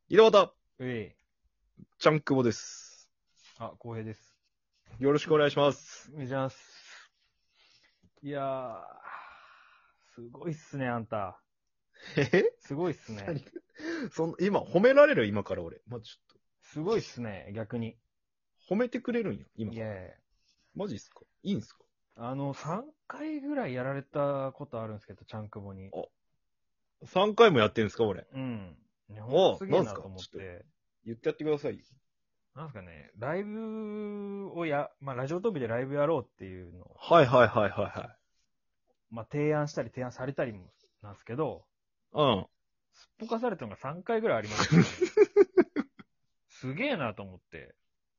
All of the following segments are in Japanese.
井戸端、 ええ。 ちゃんくぼです。 あ、浩平です。 よろしくお願いします。 お願いします。いやー、すごいっすね、あんた。 へへすごいっすね。 何今、褒められる今から俺。ちょっすごいっすね、逆に。 と、褒めてくれるんや、今から。 いやいやマジっすか？いいんすか？ 3回ぐらいやられたことあるんですけど、ちゃんくぼに。 あ、3回もやってんすか俺。 うん。いや、ほんおう、 とすげなんすか？ えなと思っちょっと、 て。 言ってやってくださいよ。 なんすかね、ライブをまあ、ラジオトークでライブやろうっていうのを、 はいはいはいはいはい。 まあ、提案したり提案されたりもなんですけど、 うん。 すっぽかされたのが3回ぐらいありまして、すげえなと思って。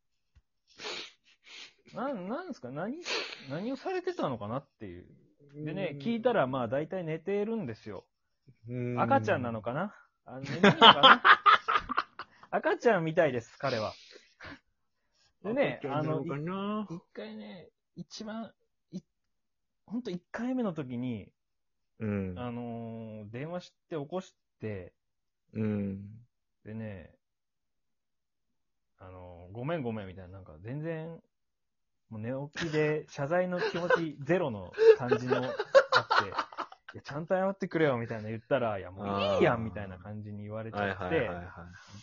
なんですか何をされてたのかなっていう。でね、聞いたらまあ大体寝てるんですよ。赤ちゃんなのかな寝ないのかな赤ちゃんみたいです、彼は。でね、 赤ちゃんなのかな？ 一回ね、ほんと一回目の時に、 うん。 電話して起こして、 うん。 でね、ごめんごめんみたいな、なんか全然、もう寝起きで謝罪の気持ちゼロの感じのあって、いやちゃんと謝ってくれよみたいな言ったら、いやもういいやんみたいな感じに言われちはいゃって、 はいはいはい。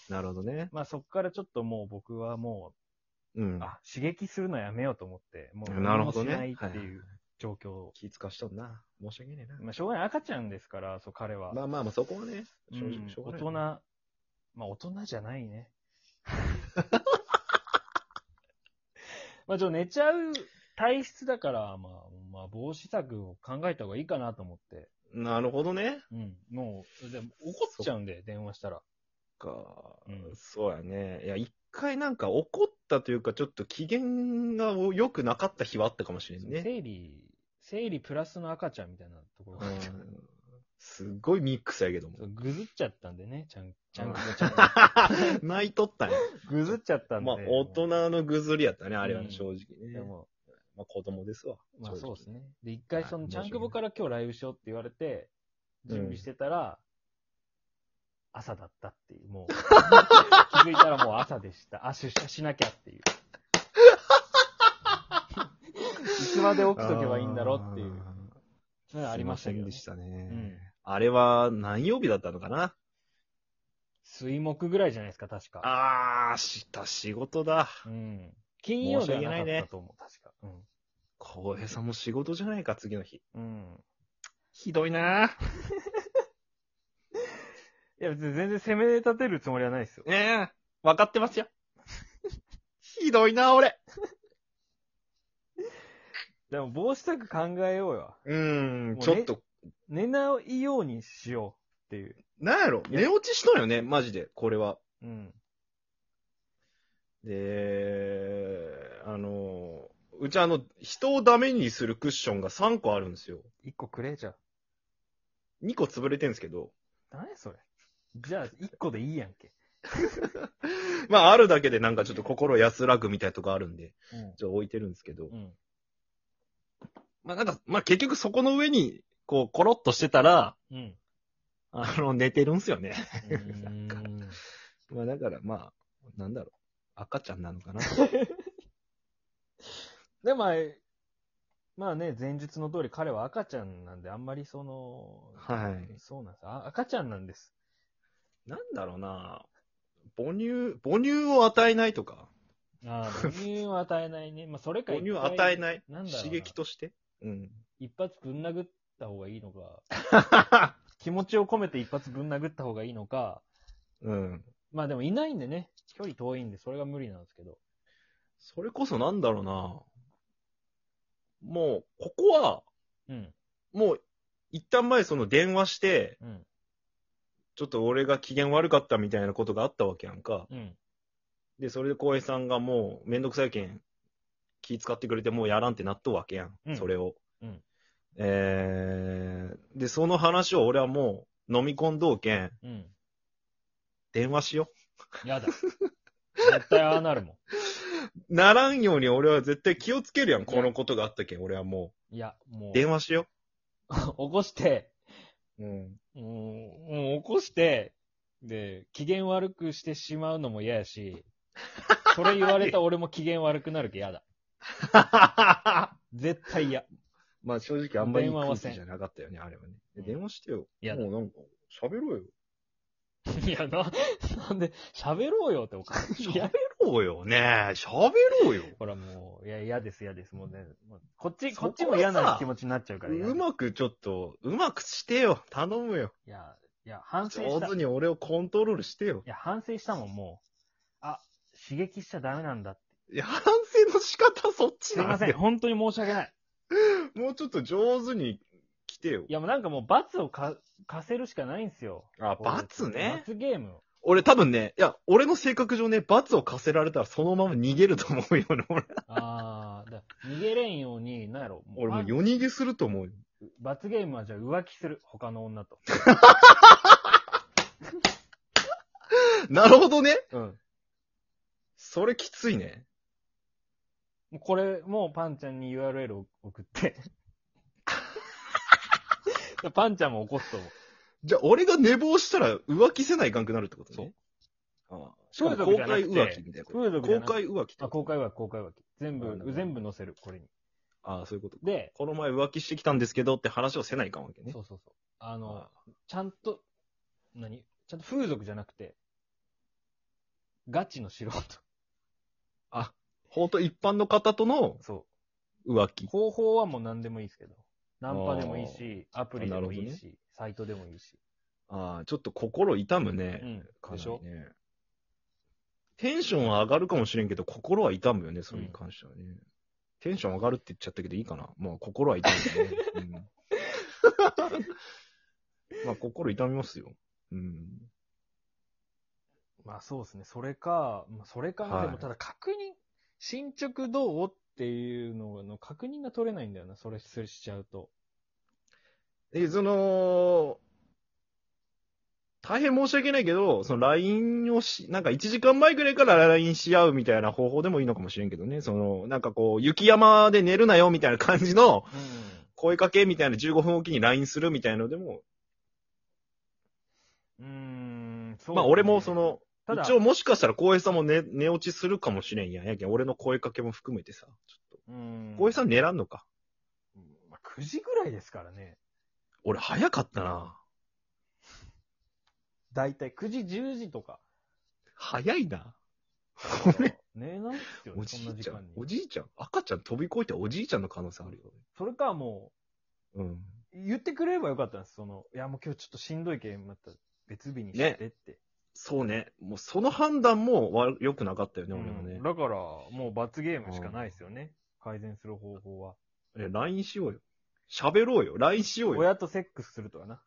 なるほどね。 まあそっからちょっともう僕はもうん。 う、刺激するのやめようと思って、もうな何るほどね。 もしないっはいはいはい。 ていう状況を。 気使わしとんな。申し訳ねえな。 まあしょうがない赤ちゃんですから、そう彼は。 まあ、そこはね、正直、しょう大人、 がないよね。 まあ大人じゃないね。まあ寝ちゃう体質だから、まあ防止策を考えた方がいいかなと思って。 なるほどね。 うん。もう、でも怒っちゃうんで、電話したら。 か、 うん。 そうやね。いや、一回なんか怒ったというか、ちょっと機嫌が良くなかった日はあったかもしれんね。 生理プラスの赤ちゃんみたいなところうがあって。 ん。すっごいミックスやけども。 ぐずっちゃったんでね、ちゃんくぼちゃんが。 泣いとったんや。 ぐずっちゃったんで。 まあ、大人のぐずりやったね、あれはうん正直ね。 でも、 まあ、子供ですわ。 まあ正直そうですね。で、一回そのはいちゃんくぼから今日ライブしようって言われて、準備してたら、朝だったっていう、もう、気づいたらもう朝でした。出社しなきゃっていう。いつまで起きとけばいいんだろうっていう。そういうのありましたけど、ね。 すいませんでしたね。 うん。 あれは何曜日だったのかな？ 水木ぐらいじゃないですか、確か。 仕事だ。 うん。金曜ではなかったと思う、確か。うん。 浩平さんも仕事じゃないか、次の日。 うん。 ひどいなぁ。 いや、別に全然攻め立てるつもりはないですよ。 わかってますよ。ひどいなぁ、俺。 でも、防止策考えようよ。もうちょっと。 寝ないようにしようっていう。 なんやろ、寝落ちしとんよね、マジで、これは。 うん。 で、うち人をダメにするクッションが3個あるんですよ。 1個くれじゃあ。 2個潰れてんすけど。 何それ。じゃあ、1個でいいやんけ。 まあ、あるだけでなんかちょっと心安らぐみたいなとこあるんで、置いてるんですけど。 うん。 まあ結局そこの上に、こう、コロッとしてたら、 うん。 寝てるんすよね。 うんまあだからまあ、なんだろう。赤ちゃんなのかな。 で、まあね、前述の通り彼は赤ちゃんなんで、あんまりはい。 そうなんです。赤ちゃんなんです。 なんだろうな。母乳を与えないとか。 母乳を与えないね。まあ、それか母乳を一回与えない。 なんだろうな刺激として。うん。 一発ぶん殴った方がいいのか、気持ちを込めて一発ぶん殴った方がいいのか、 うん。 まあでもいないんでね、距離遠いんで、それが無理なんですけど。 それこそなんだろうな。もう、ここは、 うん。 もう、一旦前その電話して、 うん。 ちょっと俺が機嫌悪かったみたいなことがあったわけやんか。 うん。 で、それで浩平さんがもうめんどくさいけん気使ってくれてもうやらんってなっとうわけやん。 うんそれを。 うんで、その話を俺はもう飲み込んどうけん、 うん。 電話しよやだ。絶対ああなるもん。 う。ならんように俺は絶対気をつけるやん。このことがあったけん、俺はもいや、もう。 う。 電話しよ起こして、 う。うん。 もう起こして、 で、機嫌悪くしてしまうのも嫌やし、それ言われた俺も機嫌悪くなるけ嫌だ。絶対嫌。 まあ正直あんまりいい空電話はせん気じゃなかったよね、あれはね。 うん電話してよ。 やだもうなんか、喋ろうよ。 いや、なんで、喋ろうよっておかしい。いや喋ろうよね。喋ろうよ。 ほらもう、いや、嫌です、嫌です。もうね、もうこっちそこはも嫌な気持ちになっちゃうから嫌です。 うまくちょっと、うまくしてよ。頼むよ。 いや、反省した。 上手に俺をコントロールしてよ。 いや、反省したもん、もう。あ、刺激しちゃダメなんだって。 いや、反省の仕方そっちすいません、 なんだよ。 本当に申し訳ない。 もうちょっと上手に来てよい。や、もうなんかもう罰を課せるしかないんですよ。 あ、罰ね。 罰ゲームを。 俺多分ね、いや、俺の性格上ね、罰を課せられたらそのまま逃げると思うよ、俺。 逃げれんように、なんやろ。 俺もう夜逃げすると思うよ。 罰ゲームはじゃあ浮気する。他の女と。 なるほどね。 うん。 それきついね。 もうこれ、もうパンちゃんに URL を送って。パンちゃんも怒すと思う。 じゃあ俺が寝坊したら浮気せないかんくなるってことね。 そう。 ああ。しかも公開浮気みたいなこと。 風俗じゃ公なくて開浮気ってこと。 公開浮気。全なるほど部載せる、これに。 ああ、そういうこと。 で、 この前浮気してきたんですけどって話をせないかんわけね。 そう。 あちゃんと風俗じゃなくて、ガチの素人。 あ、ほんと一般の方とのそ浮気う。。方法はもう何でもいいですけど。ナンパでもいいし、アプリでもいいなるし、サイトでもいいし。 ああ、ちょっと心痛むね。 うん。 かなりでしょね。テンションは上がるかもしれんけど、心は痛むよね、それに関してはね。テンション上がるって言っちゃったけどいいかな。まあ、心は痛むよね。まあ、心痛みますよ。うん。 まあそうですね。それかな。 はいでもただ進捗どうっていうのの確認が取れないんだよな。それしちゃうと。 大変申し訳ないけど、その LINE をなんか1時間前ぐらいから LINE し合うみたいな方法でもいいのかもしれんけどね。なんかこう、雪山で寝るなよみたいな感じの声かけみたいな15分おきに LINE するみたいなのでも、 そうね。 まあ俺もただ一応もしかしたら浩平さんも寝落ちするかもしれんやん。やけん俺の声かけも含めてさ、ちょっと。浩平さん寝らんのか。 まあ、9時ぐらいですからね。 俺早かったな。 だいたい9時、10時とか。 早いな。 寝ないっすよね、 おじいちゃんそんな時間に。 おじいちゃん赤ちゃん飛び越えておじいちゃんの可能性あるよ。 それかもうん。 う、言ってくれればよかったんです。いやもう今日ちょっとしんどいけん、また別日にしてって。 そうね。もうその判断も良くなかったよね、俺もね。 だから、もう罰ゲームしかないですよね。改善する方法は。 LINE しようよ。喋ろうよ。LINE しようよ。 親とセックスするとかな。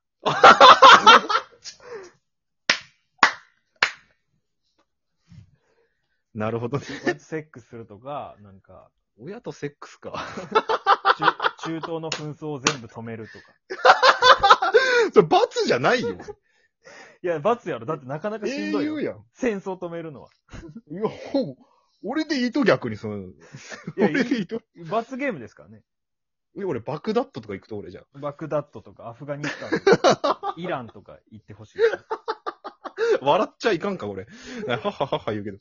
なるほどね。 親とセックスするとか、なんか、 親とセックスか。 中東の紛争を全部止めるとか。 それ罰じゃないよ。 いや、罰やろ。だってなかなかしんどいよ。 英雄やん。 戦争止めるのは。 いや、俺でいいと逆にいや俺でいいと。 罰ゲームですからね。 俺バクダットとか行くと俺じゃん。 バグダッドとかアフガニスタンとか、イランとか行ってほしい。 笑っちゃいかんか、俺。はははは言うけど。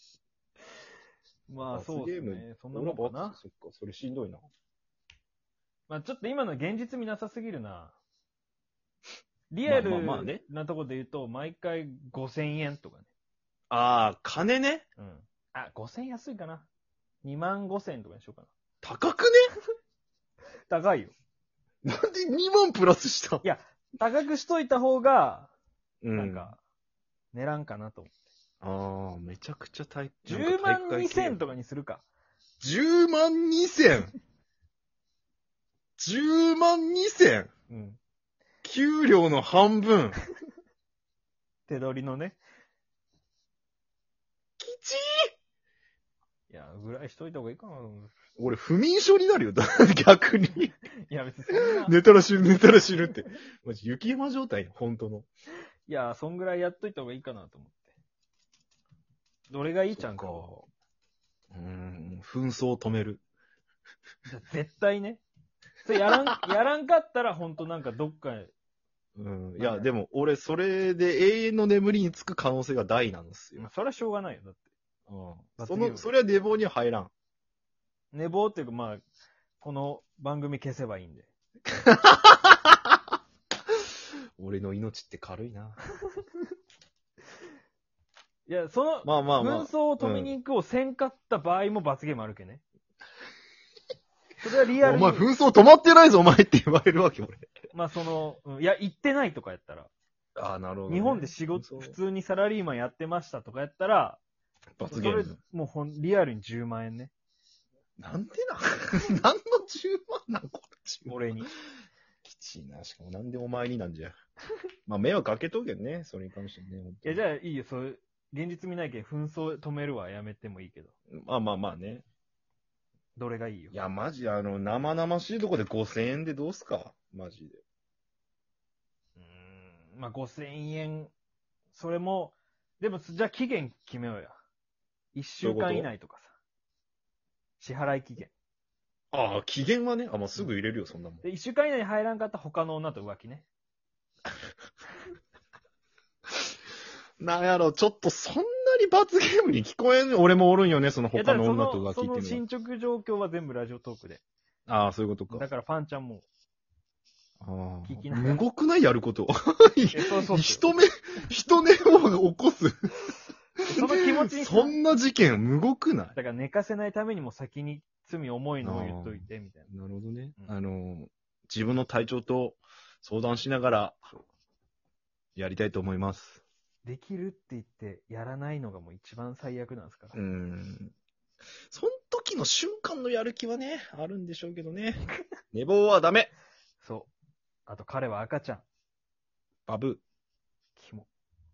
まあそうですね。そんなもんかな。 そっか、それしんどいな。 まあちょっと今の現実見なさすぎるな。リアルまあねなとこで言うと、毎回5000円とかね。 ああ、金ね。 うん。あ、5000円安いかな。2万5000円とかにしようか高くな。高いよ。 ねなんで2万プラスした高くしといた方が、 うん。 なんか、寝らんかなと思って。 ああ、めちゃくちゃ 10万2000とかにするか。 10万2000 10万2000 うん。 給料の半分。 手取りのね。 きちいや、ぐらいしといた方がいいかな。 俺不眠症になるよ。逆に。 いや、別にそんな。 寝たら死ぬって。マジ雪山状態、本当の。 いや、そんぐらいやっといた方がいいかなと思って。どれがいいちゃんか。 紛争を止める。 絶対ね。それやらんかったら、ほんとなんかどっかうん。いや、でも、俺、それで永遠の眠りにつく可能性が大なんですよ。 それはしょうがないよ、だって。 それは寝坊には入らん。 寝坊っていうか、まあ、この番組消せばいいんで。 俺の命って軽いな。 いや、その、 まあまあまあ。 紛争を止めに行くをせんかった場合も罰ゲームあるけね。それはリアルに。 お前、紛争止まってないぞ、お前って言われるわけ、俺。 まあその、いや、行ってないとかやったら。 ああ、なるほど、ね。 日本で仕事、普通にサラリーマンやってましたとかやったら、 罰ゲーム。 それ、もうリアルに10万円ね。 なんでな何の10万なんこっち。 俺に。 きちいな。しかもなんでお前になんじゃ。まあ、迷惑かけとけんね。それに関してね。 いや、じゃあいいよ。そう、現実見ないけん、紛争止めるはやめてもいいけど。 まあまあまあね。 どれがいいよ。 いや、マジ、生々しいとこで5000円でどうすかマジで。 まあ5000円。それも、でも、じゃあ期限決めようや。1週間以内とかさ。支払い期限。 ああ、期限はね。あ、もうすぐ入れるよ、そんなもん。 で、1週間以内に入らんかったら他の女と浮気ね。 なんやろ、ちょっとそんなに罰ゲームに聞こえん、俺もおるんよね、その他の女と浮気っていうのは。 その進捗状況は全部ラジオトークで。 ああ、そういうことか。 だからファンちゃんも。 ああ。 聞きながらむごくないやること。 そう人目を起こす。 その気持ちにそんな事件、むごくないだから寝かせないためにも先に罪重いのを言っといて、みたいな。 なるほどね。 うん自分の体調と相談しながら、やりたいと思います。 できるって言ってやらないのがもう一番最悪なんですから。 その時の瞬間のやる気はね、あるんでしょうけどね。寝坊はダメ。 そう。あと彼は赤ちゃん。 バブー。 キモ。